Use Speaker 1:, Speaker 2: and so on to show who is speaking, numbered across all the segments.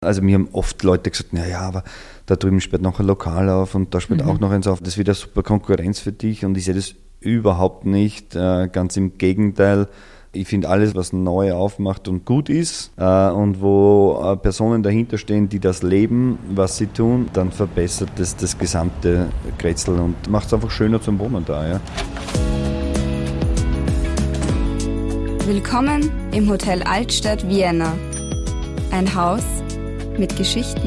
Speaker 1: Also mir haben oft Leute gesagt, naja, aber da drüben sperrt noch ein Lokal auf und da sperrt auch noch eins auf. Das ist wieder super Konkurrenz für dich und ich sehe das überhaupt nicht. Ganz im Gegenteil. Ich finde alles, was neu aufmacht und gut ist und wo Personen dahinter stehen, die das leben, was sie tun, dann verbessert das gesamte Grätzl und macht es einfach schöner zum Wohnen da. Ja.
Speaker 2: Willkommen im Hotel Altstadt Vienna. Ein Haus mit Geschichten.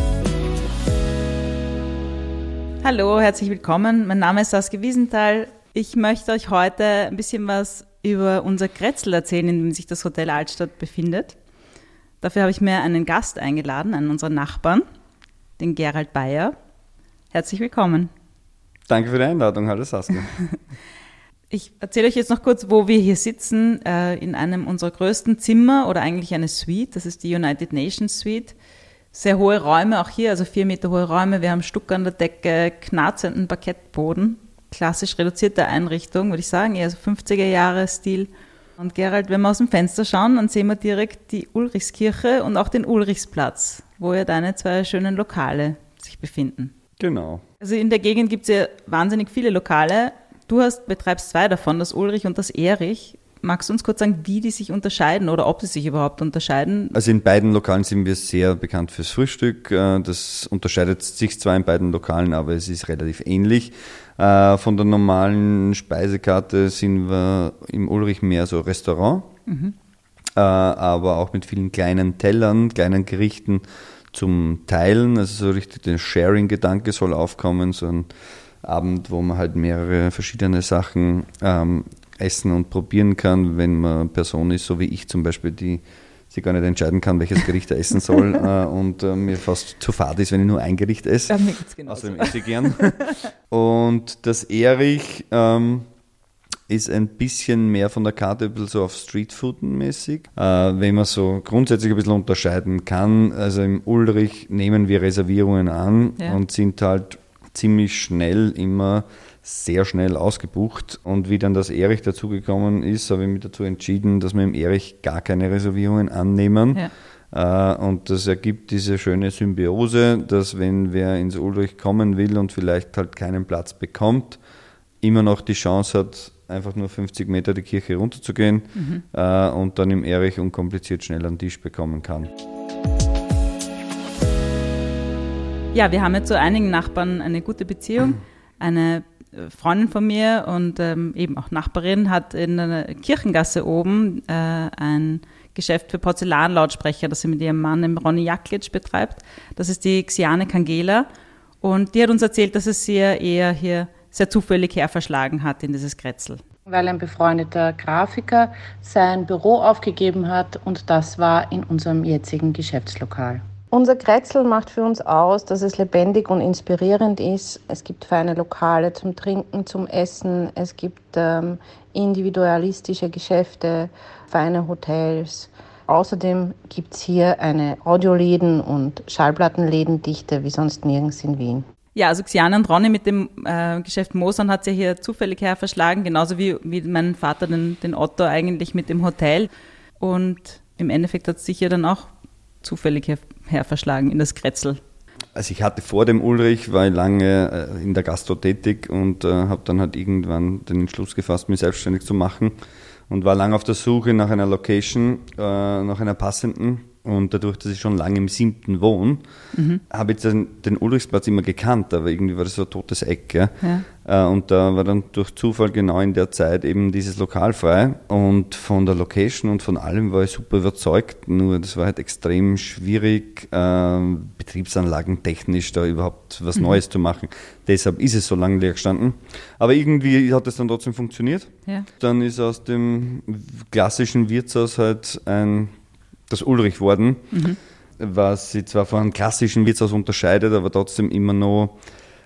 Speaker 3: Hallo, herzlich willkommen. Mein Name ist Saskia Wiesenthal. Ich möchte euch heute ein bisschen was über unser Grätzl erzählen, in dem sich das Hotel Altstadt befindet. Dafür habe ich mir einen Gast eingeladen, einen unserer Nachbarn, den Gerald Bayer. Herzlich willkommen.
Speaker 1: Danke für die Einladung. Hallo Saskia.
Speaker 3: Ich erzähle euch jetzt noch kurz, wo wir hier sitzen, in einem unserer größten Zimmer oder eigentlich eine Suite. Das ist die United Nations Suite. Sehr hohe Räume, auch hier, also 4 Meter hohe Räume. Wir haben Stuck an der Decke, knarzenden Parkettboden. Klassisch reduzierte Einrichtung, würde ich sagen, eher so 50er-Jahre-Stil. Und Gerald, wenn wir aus dem Fenster schauen, dann sehen wir direkt die Ulrichskirche und auch den Ulrichsplatz, wo ja deine 2 schönen Lokale sich befinden.
Speaker 1: Genau.
Speaker 3: Also in der Gegend gibt es ja wahnsinnig viele Lokale. Du betreibst 2 davon, das Ulrich und das Erich. Magst du uns kurz sagen, wie die sich unterscheiden oder ob sie sich überhaupt unterscheiden?
Speaker 1: Also in beiden Lokalen sind wir sehr bekannt fürs Frühstück. Das unterscheidet sich zwar in beiden Lokalen, aber es ist relativ ähnlich. Von der normalen Speisekarte sind wir im Ulrich mehr so Restaurant, aber auch mit vielen kleinen Tellern, kleinen Gerichten zum Teilen. Also so richtig der Sharing-Gedanke soll aufkommen, so ein Abend, wo man halt mehrere verschiedene Sachen essen und probieren kann, wenn man Person ist, so wie ich zum Beispiel, die sich gar nicht entscheiden kann, welches Gericht er essen soll und mir fast zu fad ist, wenn ich nur ein Gericht esse.
Speaker 3: Ja, mir geht's genauso.
Speaker 1: Außerdem esse ich gern. Und das Erich ist ein bisschen mehr von der Karte, ein bisschen so auf Streetfood-mäßig. Wenn man so grundsätzlich ein bisschen unterscheiden kann, also im Ulrich nehmen wir Reservierungen an und sind halt ziemlich schnell immer sehr schnell ausgebucht. Und wie dann das Erich dazugekommen ist, habe ich mich dazu entschieden, dass wir im Erich gar keine Reservierungen annehmen. Ja. Und das ergibt diese schöne Symbiose, dass wenn wer ins Ulrich kommen will und vielleicht halt keinen Platz bekommt, immer noch die Chance hat, einfach nur 50 Meter die Kirche runterzugehen und dann im Erich unkompliziert schnell einen Tisch bekommen kann.
Speaker 3: Ja, wir haben ja zu einigen Nachbarn eine gute Beziehung. Eine Freundin von mir und eben auch Nachbarin hat in der Kirchengasse oben ein Geschäft für Porzellanlautsprecher, das sie mit ihrem Mann, dem Ronny Jaklitsch, betreibt. Das ist die Xiane Kangela und die hat uns erzählt, dass es sie eher hier sehr zufällig herverschlagen hat in dieses Grätzl.
Speaker 4: Weil ein befreundeter Grafiker sein Büro aufgegeben hat und das war in unserem jetzigen Geschäftslokal. Unser Grätzl macht für uns aus, dass es lebendig und inspirierend ist. Es gibt feine Lokale zum Trinken, zum Essen. Es gibt individualistische Geschäfte, feine Hotels. Außerdem gibt es hier eine Audioläden- und Schallplattenlädendichte wie sonst nirgends in Wien.
Speaker 3: Ja, also Xiane und Ronny mit dem Geschäft Mosern hat sie hier zufällig herverschlagen, genauso wie mein Vater den Otto eigentlich mit dem Hotel. Und im Endeffekt hat es sich hier dann auch zufällig herverschlagen in das Grätzl.
Speaker 1: Also ich hatte vor dem Ulrich, war ich lange in der Gastro tätig und habe dann halt irgendwann den Entschluss gefasst, mich selbstständig zu machen und war lange auf der Suche nach einer Location, nach einer passenden. Und dadurch, dass ich schon lange im 7. wohne, habe ich den Ulrichsplatz immer gekannt, aber irgendwie war das so ein totes Eck. Ja? Ja. Und da war dann durch Zufall genau in der Zeit eben dieses Lokal frei. Und von der Location und von allem war ich super überzeugt. Nur das war halt extrem schwierig, betriebsanlagentechnisch da überhaupt was Neues zu machen. Deshalb ist es so lange leer gestanden. Aber irgendwie hat es dann trotzdem funktioniert. Ja. Dann ist aus dem klassischen Wirtshaus halt das Ulrich worden, was sich zwar von einem klassischen Wirtshaus unterscheidet, aber trotzdem immer noch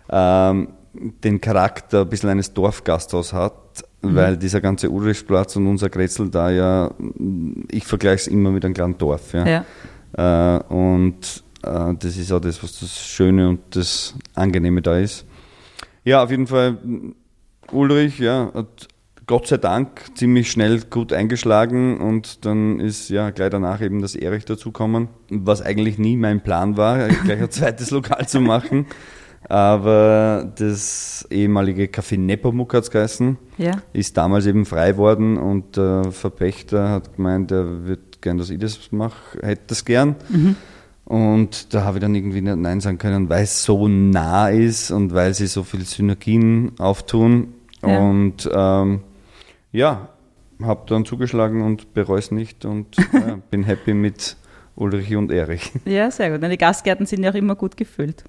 Speaker 1: den Charakter ein bisschen eines Dorfgasthaus hat, weil dieser ganze Ulrichsplatz und unser Grätzl da ja, ich vergleiche es immer mit einem kleinen Dorf. Ja. Ja. Und das ist auch das, was das Schöne und das Angenehme da ist. Ja, auf jeden Fall, Ulrich hat Gott sei Dank ziemlich schnell gut eingeschlagen und dann ist ja gleich danach eben das Erich dazugekommen, was eigentlich nie mein Plan war, gleich ein zweites Lokal zu machen. Aber das ehemalige Café Nepomuk hat's geheißen, ist damals eben frei worden und der Verpächter hat gemeint, er würde gern, dass ich das mache, hätte das gern. Und da habe ich dann irgendwie nicht Nein sagen können, weil es so nah ist und weil sie so viel Synergien auftun. Und habe dann zugeschlagen und bereue es nicht und bin happy mit Ulrich und Erich.
Speaker 3: Ja, sehr gut. Und die Gastgärten sind ja auch immer gut gefüllt.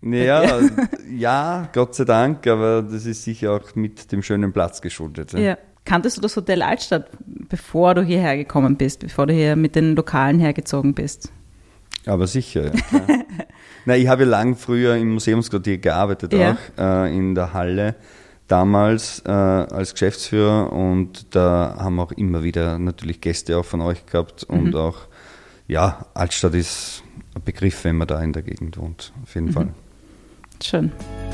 Speaker 1: Ja, Gott sei Dank, aber das ist sicher auch mit dem schönen Platz geschuldet.
Speaker 3: Ja. Kanntest du das Hotel Altstadt, bevor du hierher gekommen bist, bevor du hier mit den Lokalen hergezogen bist?
Speaker 1: Aber sicher, ja. Klar. Ich habe ja lang früher im Museumsquartier gearbeitet, auch in der Halle damals als Geschäftsführer und da haben wir auch immer wieder natürlich Gäste auch von euch gehabt und auch, Altstadt ist ein Begriff, wenn man da in der Gegend wohnt, auf jeden Fall.
Speaker 3: Schön.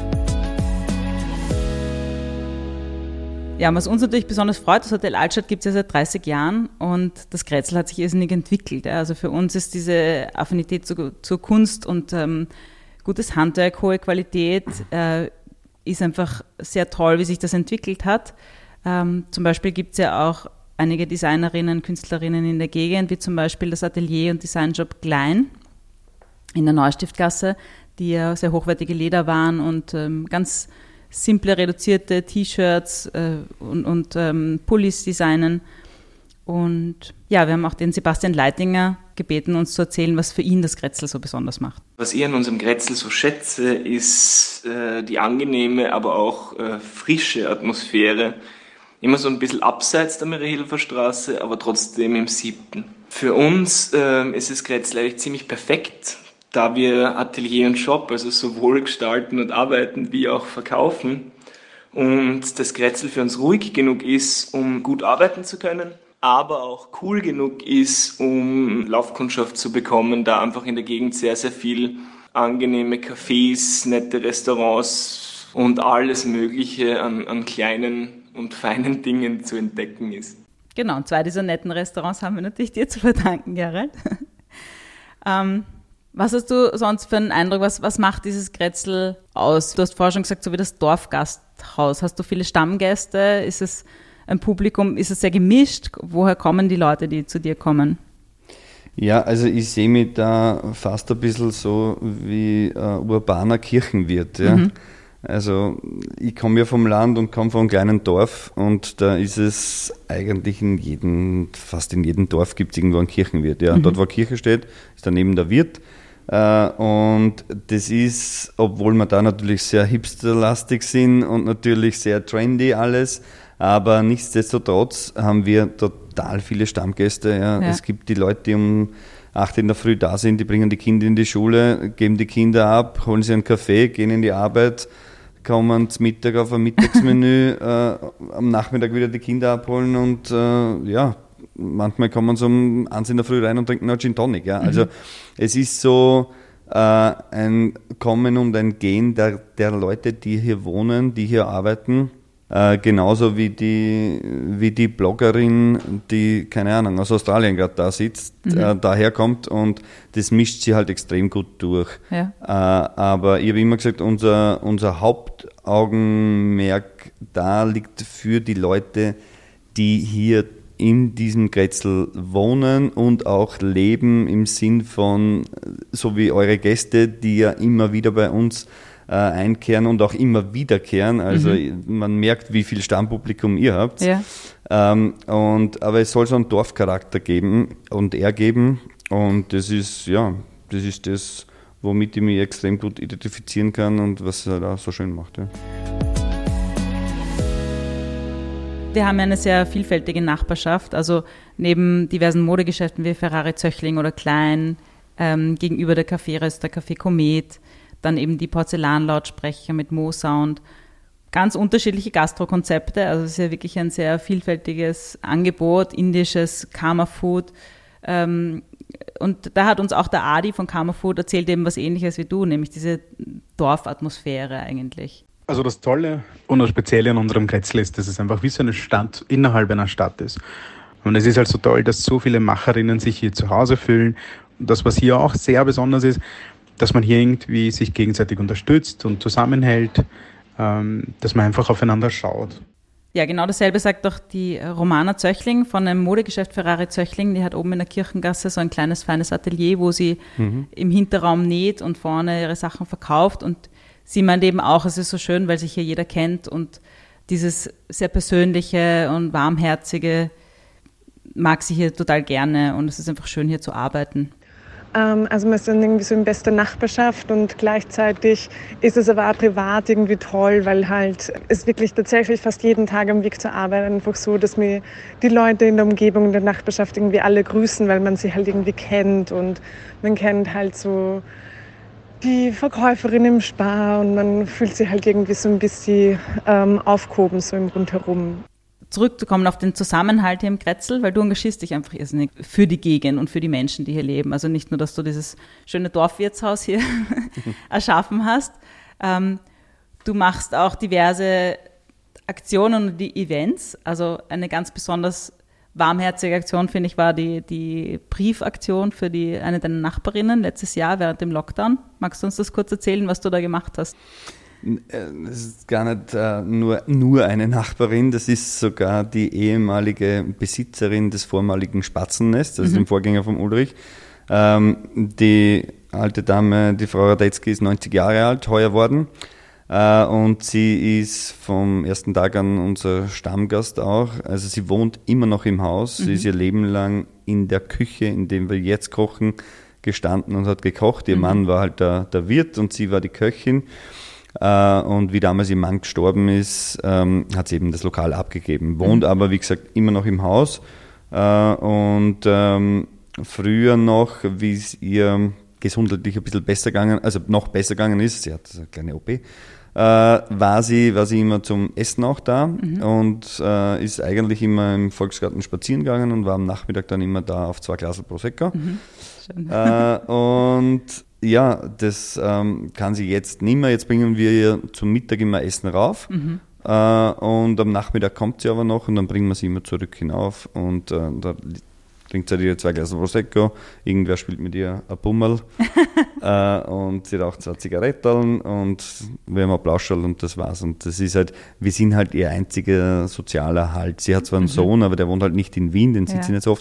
Speaker 3: Ja, was uns natürlich besonders freut, das Hotel Altstadt gibt es ja seit 30 Jahren und das Grätzl hat sich irrsinnig entwickelt. Ja. Also für uns ist diese Affinität zur Kunst und gutes Handwerk, hohe Qualität ist einfach sehr toll, wie sich das entwickelt hat. Zum Beispiel gibt es ja auch einige Designerinnen, Künstlerinnen in der Gegend, wie zum Beispiel das Atelier und Designshop Klein in der Neustiftgasse, die ja sehr hochwertige Lederwaren und ganz simple, reduzierte T-Shirts und Pullis designen. Und ja, wir haben auch den Sebastian Leitinger gebeten, uns zu erzählen, was für ihn das Grätzl so besonders macht.
Speaker 5: Was ich an unserem Grätzl so schätze, ist die angenehme, aber auch frische Atmosphäre. Immer so ein bisschen abseits der Marie-Hilfer Straße, aber trotzdem im 7. Für uns ist das Grätzl eigentlich ziemlich perfekt, da wir Atelier und Shop, also sowohl gestalten und arbeiten, wie auch verkaufen. Und das Grätzl für uns ruhig genug ist, um gut arbeiten zu können, aber auch cool genug ist, um Laufkundschaft zu bekommen, da einfach in der Gegend sehr, sehr viel angenehme Cafés, nette Restaurants und alles Mögliche an kleinen und feinen Dingen zu entdecken ist.
Speaker 3: Genau, und 2 dieser netten Restaurants haben wir natürlich dir zu verdanken, Gerald. Was hast du sonst für einen Eindruck, was macht dieses Grätzl aus? Du hast vorher schon gesagt, so wie das Dorfgasthaus. Hast du viele Stammgäste? Ist es ein Publikum? Ist es sehr gemischt? Woher kommen die Leute, die zu dir kommen?
Speaker 1: Ja, also ich sehe mich da fast ein bisschen so wie ein urbaner Kirchenwirt. Ja? Also ich komme ja vom Land und komme von einem kleinen Dorf und da ist es eigentlich fast in jedem Dorf gibt es irgendwo einen Kirchenwirt. Ja? Dort, wo eine Kirche steht, ist daneben der Wirt. Und das ist, obwohl wir da natürlich sehr hipsterlastig sind und natürlich sehr trendy alles, aber nichtsdestotrotz haben wir total viele Stammgäste. Ja. Es gibt die Leute, die um 8 in der Früh da sind, die bringen die Kinder in die Schule, geben die Kinder ab, holen sie einen Kaffee, gehen in die Arbeit, kommen zum Mittag auf ein Mittagsmenü, am Nachmittag wieder die Kinder abholen und manchmal kommen sie um 1 in der Früh rein und trinken noch Gin Tonic. Ja. Also es ist so ein Kommen und ein Gehen der Leute, die hier wohnen, die hier arbeiten. Genauso wie die Bloggerin, die, keine Ahnung, aus Australien gerade da sitzt, daherkommt und das mischt sie halt extrem gut durch. Ja. Aber ich habe immer gesagt, unser Hauptaugenmerk da liegt für die Leute, die hier in diesem Grätzl wohnen und auch leben im Sinn von, so wie eure Gäste, die ja immer wieder bei uns einkehren und auch immer wiederkehren. Also man merkt, wie viel Stammpublikum ihr habt. Ja. Aber es soll so einen Dorfcharakter geben und ergeben. Und das ist das, womit ich mich extrem gut identifizieren kann und was es halt auch so schön macht. Ja.
Speaker 3: Wir haben ja eine sehr vielfältige Nachbarschaft, also neben diversen Modegeschäften wie Ferrari Zöchling oder Klein, gegenüber der Café-Röster, Café Komet, dann eben die Porzellanlautsprecher mit Mo-Sound, ganz unterschiedliche Gastrokonzepte, also es ist ja wirklich ein sehr vielfältiges Angebot, indisches Karma-Food. Und da hat uns auch der Adi von Karma Food erzählt eben was Ähnliches wie du, nämlich diese Dorfatmosphäre eigentlich.
Speaker 6: Also das Tolle und das Spezielle an unserem Kretzel ist, dass es einfach wie so eine Stadt innerhalb einer Stadt ist. Und es ist halt so toll, dass so viele Macherinnen sich hier zu Hause fühlen. Und das, was hier auch sehr besonders ist, dass man hier irgendwie sich gegenseitig unterstützt und zusammenhält, dass man einfach aufeinander schaut.
Speaker 3: Ja, genau dasselbe sagt doch die Romana Zöchling von einem Modegeschäft Ferrari Zöchling. Die hat oben in der Kirchengasse so ein kleines, feines Atelier, wo sie im Hinterraum näht und vorne ihre Sachen verkauft. Und sie meint eben auch, es ist so schön, weil sich hier jeder kennt und dieses sehr persönliche und warmherzige mag sie hier total gerne und es ist einfach schön, hier zu arbeiten.
Speaker 7: Also man ist dann irgendwie so in bester Nachbarschaft und gleichzeitig ist es aber auch privat irgendwie toll, weil halt es wirklich tatsächlich fast jeden Tag am Weg zur Arbeit einfach so, dass mir die Leute in der Umgebung, in der Nachbarschaft irgendwie alle grüßen, weil man sie halt irgendwie kennt und man kennt halt so die Verkäuferin im Spar und man fühlt sich halt irgendwie so ein bisschen aufgehoben so im Rundherum.
Speaker 3: Zurückzukommen auf den Zusammenhalt hier im Kretzel, weil du engagierst dich einfach irrsinnig für die Gegend und für die Menschen, die hier leben. Also nicht nur, dass du dieses schöne Dorfwirtshaus hier erschaffen hast. Du machst auch diverse Aktionen und die Events. Also eine ganz besonders warmherzige Aktion, finde ich, war die Briefaktion für eine deiner Nachbarinnen letztes Jahr während dem Lockdown. Magst du uns das kurz erzählen, was du da gemacht hast?
Speaker 1: Das ist gar nicht nur eine Nachbarin, das ist sogar die ehemalige Besitzerin des vormaligen Spatzennests, also dem Vorgänger von Ulrich. Die alte Dame, die Frau Radetzky, ist 90 Jahre alt, heuer worden. Und sie ist vom ersten Tag an unser Stammgast auch. Also sie wohnt immer noch im Haus. Sie ist ihr Leben lang in der Küche, in dem wir jetzt kochen, gestanden und hat gekocht. Ihr Mann war halt der Wirt und sie war die Köchin. Und wie damals ihr Mann gestorben ist, hat sie eben das Lokal abgegeben. Wohnt aber, wie gesagt, immer noch im Haus. Und früher noch, wie es ihr gesundheitlich ein bisschen besser gegangen, also noch besser gegangen ist, sie hat eine kleine OP, war sie immer zum Essen auch da und ist eigentlich immer im Volksgarten spazieren gegangen und war am Nachmittag dann immer da auf 2 Glas Prosecco. Schön. Und ja, das kann sie jetzt nicht mehr. Jetzt bringen wir ihr zum Mittag immer Essen rauf. Und am Nachmittag kommt sie aber noch und dann bringen wir sie immer zurück hinauf. Und da trinkt sie ihr 2 Gläser Prosecco. Irgendwer spielt mit ihr ein Bummel. Und sie raucht 2 Zigaretten und wir haben ein Plauscherl und das war's. Und das ist halt, wir sind halt ihr einziger sozialer Halt. Sie hat zwar einen Sohn, aber der wohnt halt nicht in Wien, den sieht sie nicht so oft.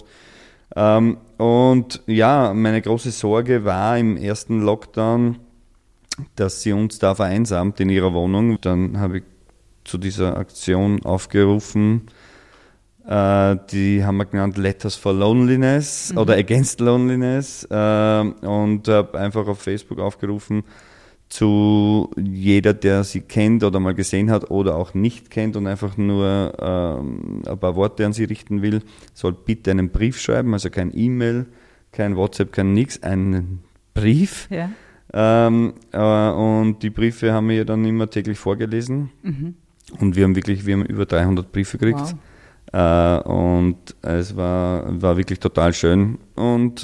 Speaker 1: Und ja, meine große Sorge war im ersten Lockdown, dass sie uns da vereinsamt in ihrer Wohnung. Dann habe ich zu dieser Aktion aufgerufen, die haben wir genannt Letters for Loneliness oder Against Loneliness und habe einfach auf Facebook aufgerufen, zu jeder, der sie kennt oder mal gesehen hat oder auch nicht kennt und einfach nur ein paar Worte an sie richten will, soll bitte einen Brief schreiben, also kein E-Mail, kein WhatsApp, kein nix, einen Brief. Ja. Und die Briefe haben wir dann immer täglich vorgelesen und wir haben über 300 Briefe gekriegt. Wow. Und es war wirklich total schön und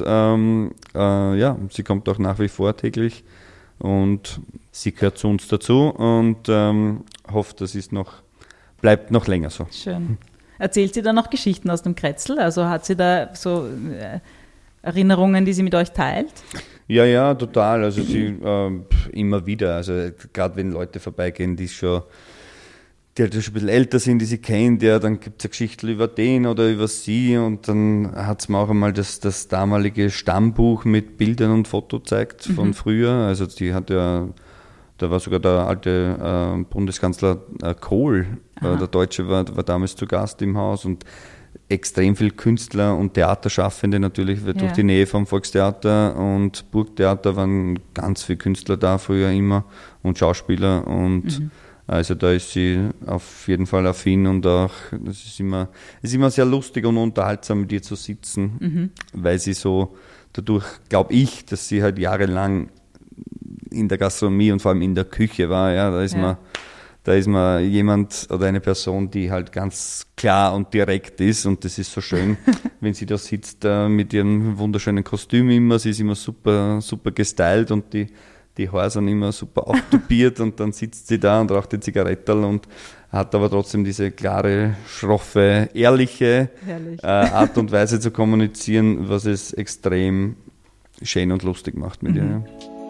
Speaker 1: ja, sie kommt auch nach wie vor täglich. Und sie gehört zu uns dazu und hofft, das bleibt noch länger so.
Speaker 3: Schön. Erzählt sie dann noch Geschichten aus dem Kretzel? Also hat sie da so Erinnerungen, die sie mit euch teilt?
Speaker 1: Ja, total. Also sie immer wieder. Also gerade wenn Leute vorbeigehen, die halt schon ein bisschen älter sind, die sie kennt, ja, dann gibt es eine Geschichte über den oder über sie und dann hat es mir auch einmal das damalige Stammbuch mit Bildern und Foto gezeigt von früher. Also die hat ja, da war sogar der alte Bundeskanzler Kohl, der Deutsche, war damals zu Gast im Haus und extrem viel Künstler und Theaterschaffende natürlich durch die Nähe vom Volkstheater und Burgtheater waren ganz viele Künstler da früher immer und Schauspieler und also da ist sie auf jeden Fall affin und auch, es ist immer sehr lustig und unterhaltsam mit ihr zu sitzen, weil sie so, dadurch glaube ich, dass sie halt jahrelang in der Gastronomie und vor allem in der Küche war, ja, da ist man jemand oder eine Person, die halt ganz klar und direkt ist und das ist so schön, wenn sie da sitzt mit ihrem wunderschönen Kostüm immer, sie ist immer super, super gestylt und die die Haare sind immer super auftupiert und dann sitzt sie da und raucht die Zigarettel und hat aber trotzdem diese klare, schroffe, ehrliche Art und Weise zu kommunizieren, was es extrem schön und lustig macht mit ihr. Ja.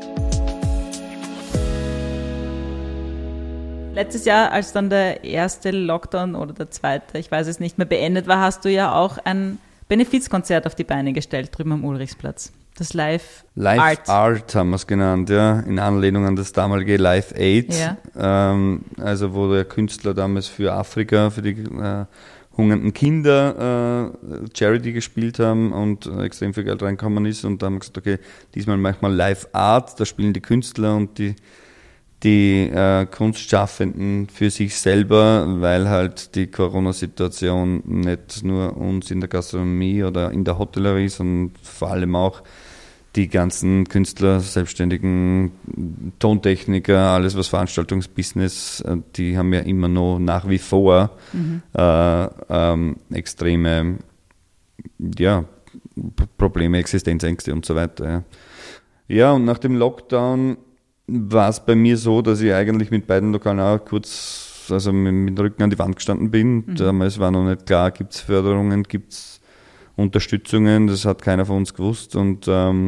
Speaker 3: Letztes Jahr, als dann der erste Lockdown oder der zweite, ich weiß es nicht mehr, beendet war, hast du ja auch ein Benefizkonzert auf die Beine gestellt, drüben am Ulrichsplatz. Das Live Art
Speaker 1: haben wir es genannt, ja, in Anlehnung an das damalige Live Aid. Ja. Also wo der Künstler damals für Afrika, für die hungernden Kinder Charity gespielt haben und extrem viel Geld reinkommen ist. Und da haben wir gesagt, okay, diesmal machen wir Live Art, da spielen die Künstler und die Kunstschaffenden für sich selber, weil halt die Corona-Situation nicht nur uns in der Gastronomie oder in der Hotellerie, sondern vor allem auch die ganzen Künstler, Selbstständigen, Tontechniker, alles was Veranstaltungsbusiness, die haben ja immer noch nach wie vor extreme Probleme, Existenzängste und so weiter. Ja, und nach dem Lockdown war es bei mir so, dass ich eigentlich mit beiden Lokalen auch kurz, also mit dem Rücken an die Wand gestanden bin. Damals war noch nicht klar, gibt es Förderungen, gibt es Unterstützungen, das hat keiner von uns gewusst. Und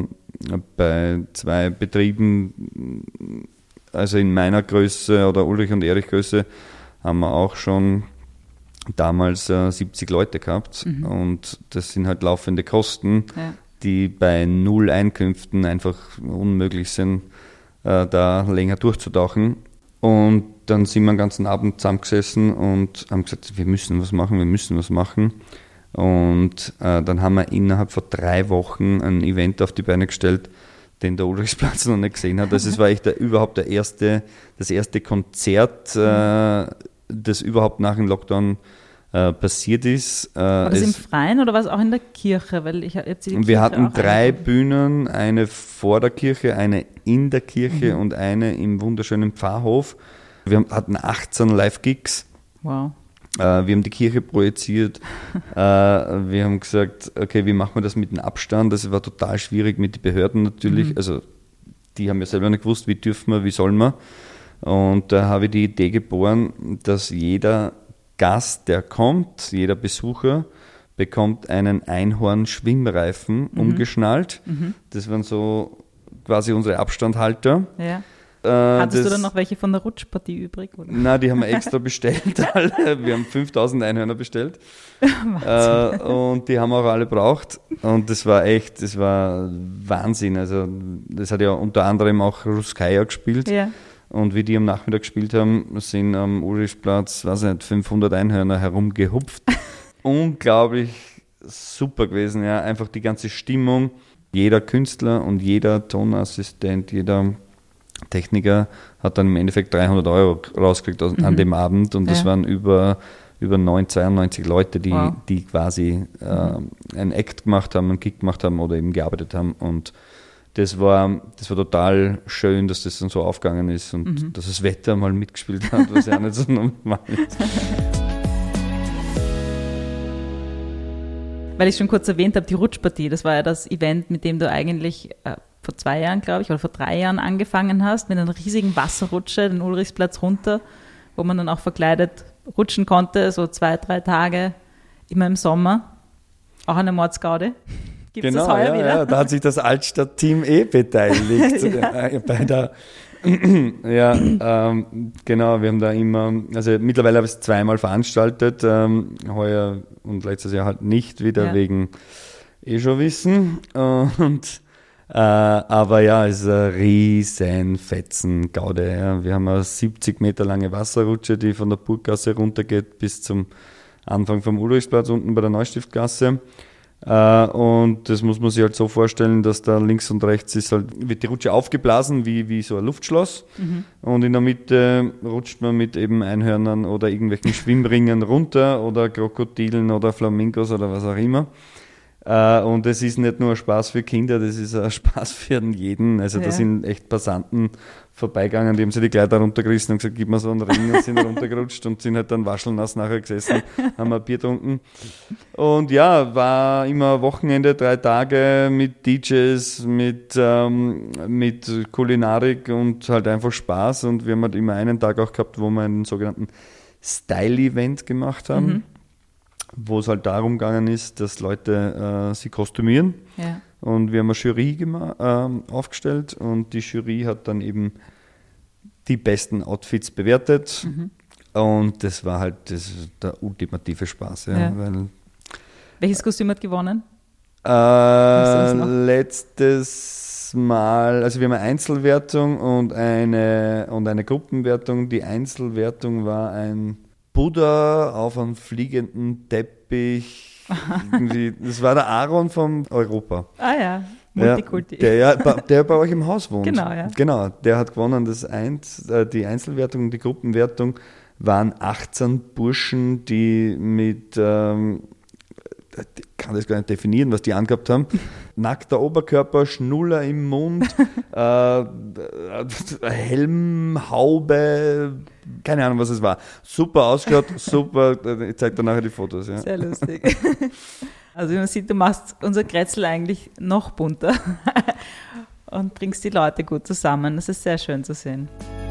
Speaker 1: bei 2 Betrieben, also in meiner Größe oder Ulrich und Erich Größe, haben wir auch schon damals 70 Leute gehabt. Und das sind halt laufende Kosten, die bei 0 Einkünften einfach unmöglich sind, da länger durchzutauchen. Und dann sind wir den ganzen Abend zusammengesessen und haben gesagt, wir müssen was machen. Und dann haben wir innerhalb von 3 Wochen ein Event auf die Beine gestellt, den der Ulrichsplatz noch nicht gesehen hat. Also es war echt das erste Konzert, das überhaupt nach dem Lockdown passiert ist.
Speaker 3: War das im Freien oder war es auch in der Kirche? Weil
Speaker 1: wir hatten 3 Bühnen, eine vor der Kirche, eine in der Kirche und eine im wunderschönen Pfarrhof. Wir hatten 18 Live-Gigs.
Speaker 3: Wow.
Speaker 1: Wir haben die Kirche projiziert. Wir haben gesagt, okay, wie machen wir das mit dem Abstand? Das war total schwierig mit den Behörden natürlich. Also die haben ja selber nicht gewusst, wie dürfen wir, wie sollen wir. Und da habe ich die Idee geboren, dass jeder Gast, der kommt, jeder Besucher, bekommt einen Einhorn-Schwimmreifen umgeschnallt. Das waren so quasi unsere Abstandhalter. Ja.
Speaker 3: Hattest du dann noch welche von der Rutschpartie übrig? Oder?
Speaker 1: Nein, die haben wir extra bestellt. Wir haben 5000 Einhörner bestellt. Und die haben auch alle braucht. Und das war Wahnsinn. Also das hat ja unter anderem auch Ruskaya gespielt. Ja. Und wie die am Nachmittag gespielt haben, sind am Ulrichsplatz, 500 Einhörner herumgehupft. Unglaublich super gewesen, ja. Einfach die ganze Stimmung. Jeder Künstler und jeder Tonassistent, jeder Techniker hat dann im Endeffekt 300 € rausgekriegt an dem Abend. Und das waren über 92 Leute, die quasi einen Act gemacht haben, einen Gig gemacht haben oder eben gearbeitet haben. Und das war total schön, dass das dann so aufgegangen ist und dass das Wetter mal mitgespielt hat, was ja nicht so normal ist.
Speaker 3: Weil ich schon kurz erwähnt habe, die Rutschpartie, das war ja das Event, mit dem du eigentlich vor 2 Jahren, glaube ich, oder vor 3 Jahren angefangen hast, mit einer riesigen Wasserrutsche, den Ulrichsplatz runter, wo man dann auch verkleidet rutschen konnte, so 2-3 Tage, immer im Sommer. Auch eine Mordsgaude. Gibt's das heuer wieder?
Speaker 1: Ja, da hat sich das Altstadt-Team beteiligt. Bei der genau, wir haben da immer, also mittlerweile habe ich es 2-mal veranstaltet, heuer und letztes Jahr halt nicht wieder, wegen schon wissen. Und aber ja, es ist eine riesen Fetzen-Gaude. Ja. Wir haben eine 70 Meter lange Wasserrutsche, die von der Burggasse runtergeht bis zum Anfang vom Ulrichsplatz unten bei der Neustiftgasse. Und das muss man sich halt so vorstellen, dass da links und rechts wird die Rutsche aufgeblasen wie so ein Luftschloss. Und in der Mitte rutscht man mit eben Einhörnern oder irgendwelchen Schwimmringen runter oder Krokodilen oder Flamingos oder was auch immer. Und es ist nicht nur ein Spaß für Kinder, das ist ein Spaß für jeden. Also da sind echt Passanten vorbeigegangen, die haben sich die Kleider runtergerissen und gesagt, gib mir so einen Ring und sind runtergerutscht und sind halt dann waschelnass nachher gesessen, haben ein Bier getrunken. Und ja, war immer Wochenende, 3 Tage mit DJs, mit Kulinarik und halt einfach Spaß. Und wir haben halt immer einen Tag auch gehabt, wo wir einen sogenannten Style-Event gemacht haben, wo es halt darum gegangen ist, dass Leute sich kostümieren. Ja. Und wir haben eine Jury aufgestellt und die Jury hat dann eben die besten Outfits bewertet. Und das war halt der ultimative Spaß. Ja. Weil,
Speaker 3: welches Kostüm hat gewonnen?
Speaker 1: Letztes Mal, also wir haben eine Einzelwertung und eine Gruppenwertung. Die Einzelwertung war ein Buddha auf einem fliegenden Teppich. Irgendwie, das war der Aaron von Europa.
Speaker 3: Ah ja, Multikulti.
Speaker 1: Der bei euch im Haus wohnt.
Speaker 3: Genau, ja.
Speaker 1: Genau, der hat gewonnen. Die Einzelwertung und die Gruppenwertung waren 18 Burschen, die mit, ich kann das gar nicht definieren, was die angehabt haben, nackter Oberkörper, Schnuller im Mund, Helm, Haube, keine Ahnung, was es war. Super ausgeschaut, super, ich zeige dir nachher die Fotos. Ja.
Speaker 3: Sehr lustig. Also wie man sieht, du machst unser Kretzel eigentlich noch bunter und bringst die Leute gut zusammen. Das ist sehr schön zu sehen.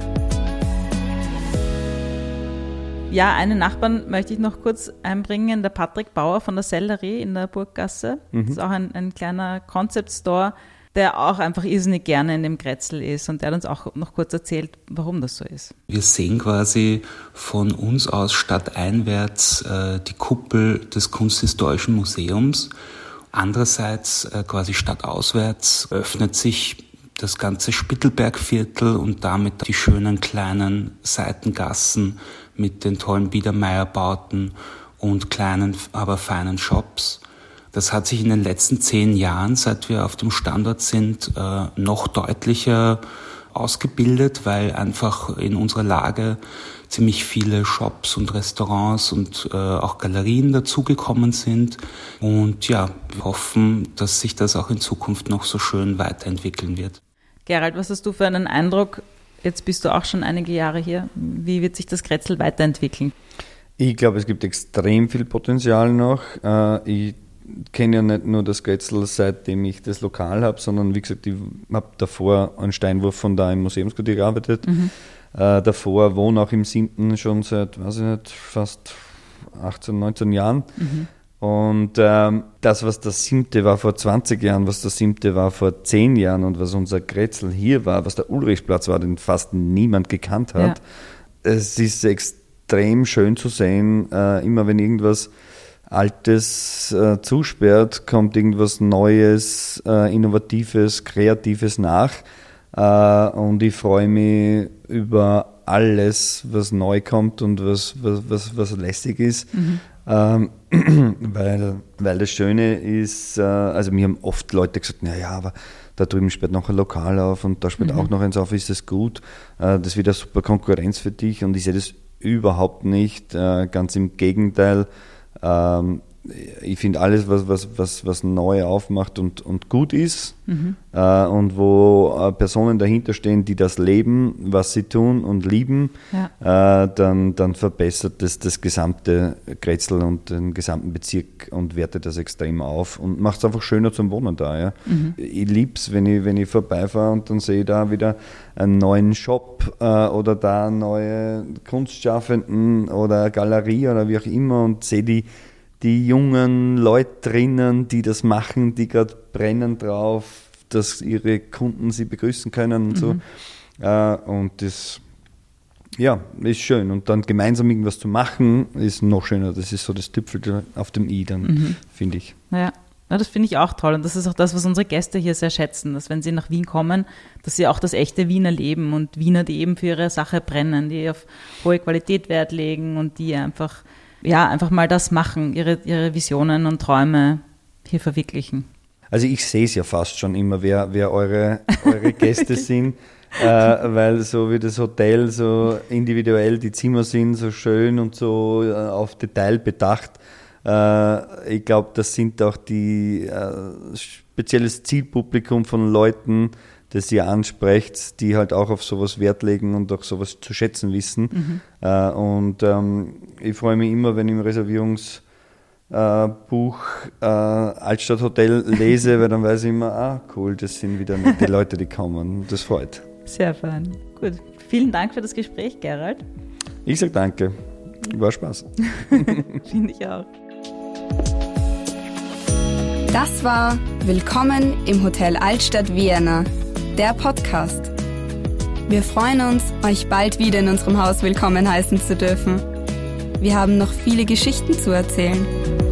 Speaker 3: Ja, einen Nachbarn möchte ich noch kurz einbringen, der Patrick Bauer von der Sellerie in der Burggasse. Das ist auch ein kleiner Concept Store, der auch einfach irrsinnig gerne in dem Kretzel ist und der hat uns auch noch kurz erzählt, warum das so ist.
Speaker 8: Wir sehen quasi von uns aus stadteinwärts die Kuppel des Kunsthistorischen Museums. Andererseits quasi stadtauswärts öffnet sich das ganze Spittelbergviertel und damit die schönen kleinen Seitengassen mit den tollen Biedermeierbauten und kleinen, aber feinen Shops. Das hat sich in den letzten 10 Jahren, seit wir auf dem Standort sind, noch deutlicher ausgebildet, weil einfach in unserer Lage ziemlich viele Shops und Restaurants und auch Galerien dazugekommen sind. Und ja, wir hoffen, dass sich das auch in Zukunft noch so schön weiterentwickeln wird.
Speaker 3: Gerald, was hast du für einen Eindruck? Jetzt bist du auch schon einige Jahre hier. Wie wird sich das Kretzel weiterentwickeln?
Speaker 1: Ich glaube, es gibt extrem viel Potenzial noch. Ich kenne ja nicht nur das Kretzel, seitdem ich das Lokal habe, sondern wie gesagt, ich habe davor einen Steinwurf von da im Museumsquartier gearbeitet. Davor wohne auch im 7. schon seit, weiß ich nicht, fast 18, 19 Jahren. Und das, was das 7. war vor 20 Jahren, was das 7. war vor 10 Jahren und was unser Kretzel hier war, was der Ulrichsplatz war, den fast niemand gekannt hat, es ist extrem schön zu sehen, immer wenn irgendwas Altes zusperrt, kommt irgendwas Neues, Innovatives, Kreatives nach. Und ich freue mich über alles, was neu kommt und was lässig ist. Weil das Schöne ist, also mir haben oft Leute gesagt, naja, aber da drüben sperrt noch ein Lokal auf und da sperrt auch noch eins auf, ist das gut? Das ist wieder super Konkurrenz für dich und ich sehe das überhaupt nicht, ganz im Gegenteil. Ich finde alles, was neu aufmacht und gut ist und wo Personen dahinter stehen, die das leben, was sie tun und lieben, dann verbessert das gesamte Kretzel und den gesamten Bezirk und wertet das extrem auf und macht es einfach schöner zum Wohnen da. Ja. Ich liebe es, wenn ich vorbeifahre und dann sehe ich da wieder einen neuen Shop oder da neue Kunstschaffenden oder Galerie oder wie auch immer und sehe die jungen Leute drinnen, die das machen, die gerade brennen drauf, dass ihre Kunden sie begrüßen können und so. Und das ist schön. Und dann gemeinsam irgendwas zu machen, ist noch schöner. Das ist so das Tüpfel auf dem i dann, finde ich.
Speaker 3: Ja, das finde ich auch toll. Und das ist auch das, was unsere Gäste hier sehr schätzen, dass wenn sie nach Wien kommen, dass sie auch das echte Wien erleben und Wiener, die eben für ihre Sache brennen, die auf hohe Qualität Wert legen und die einfach mal das machen, ihre Visionen und Träume hier verwirklichen.
Speaker 1: Also ich sehe es ja fast schon immer, wer eure Gäste sind, weil so wie das Hotel so individuell die Zimmer sind, so schön und so auf Detail bedacht, Ich glaube, das sind auch die spezielles Zielpublikum von Leuten, das ihr ansprecht, die halt auch auf sowas Wert legen und auch sowas zu schätzen wissen. Ich freue mich immer, wenn ich im Reservierungsbuch Altstadthotel lese, weil dann weiß ich immer, cool, das sind wieder die Leute, die kommen. Das freut.
Speaker 3: Sehr fein. Gut. Vielen Dank für das Gespräch, Gerald.
Speaker 1: Ich sage danke. War Spaß.
Speaker 3: Finde ich auch.
Speaker 2: Das war Willkommen im Hotel Altstadt Vienna, der Podcast. Wir freuen uns, euch bald wieder in unserem Haus willkommen heißen zu dürfen. Wir haben noch viele Geschichten zu erzählen.